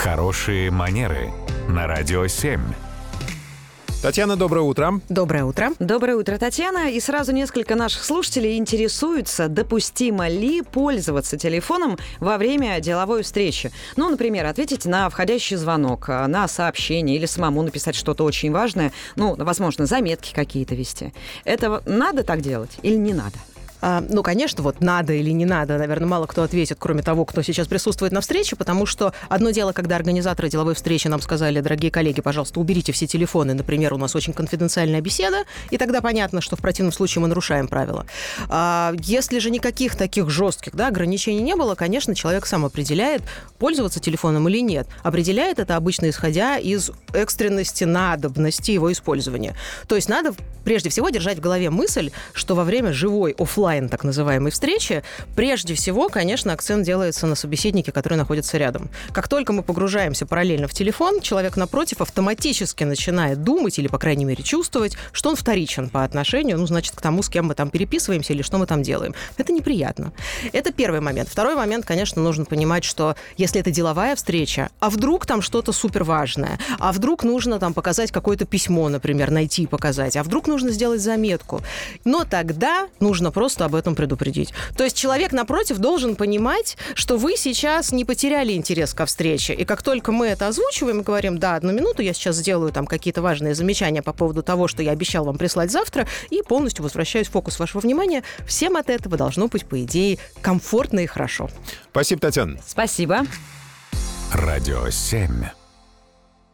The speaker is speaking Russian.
Хорошие манеры на Радио 7. Татьяна, доброе утро. Доброе утро. Доброе утро, Татьяна. И сразу несколько наших слушателей интересуются, допустимо ли пользоваться телефоном во время деловой встречи. Ну, например, ответить на входящий звонок, на сообщение или самому написать что-то очень важное. Ну, возможно, заметки какие-то вести. Это надо так делать или не надо? Ну, конечно, вот надо или не надо, наверное, мало кто ответит, кроме того, кто сейчас присутствует на встрече, потому что одно дело, когда организаторы деловой встречи нам сказали: дорогие коллеги, пожалуйста, уберите все телефоны, например, у нас очень конфиденциальная беседа, и тогда понятно, что в противном случае мы нарушаем правила. Если же никаких таких жестких ограничений не было, конечно, человек сам определяет, пользоваться телефоном или нет. Определяет это обычно исходя из экстренности, надобности его использования. То есть надо прежде всего держать в голове мысль, что во время живой офлайн так называемой встречи, прежде всего, конечно, акцент делается на собеседнике, который находится рядом. Как только мы погружаемся параллельно в телефон, человек напротив автоматически начинает думать или, по крайней мере, чувствовать, что он вторичен по отношению, значит, к тому, с кем мы там переписываемся или что мы там делаем. Это неприятно. Это первый момент. Второй момент, конечно, нужно понимать, что если это деловая встреча, а вдруг там что-то суперважное, а вдруг нужно там показать какое-то письмо, например, найти и показать, а вдруг нужно сделать заметку, но тогда нужно просто об этом предупредить. То есть человек напротив должен понимать, что вы сейчас не потеряли интерес ко встрече. И как только мы это озвучиваем и говорим: да, 1 минуту, я сейчас сделаю там какие-то важные замечания по поводу того, что я обещал вам прислать завтра, и полностью возвращаюсь в фокус вашего внимания, всем от этого должно быть, по идее, комфортно и хорошо. Спасибо, Татьяна. Спасибо. Радио 7.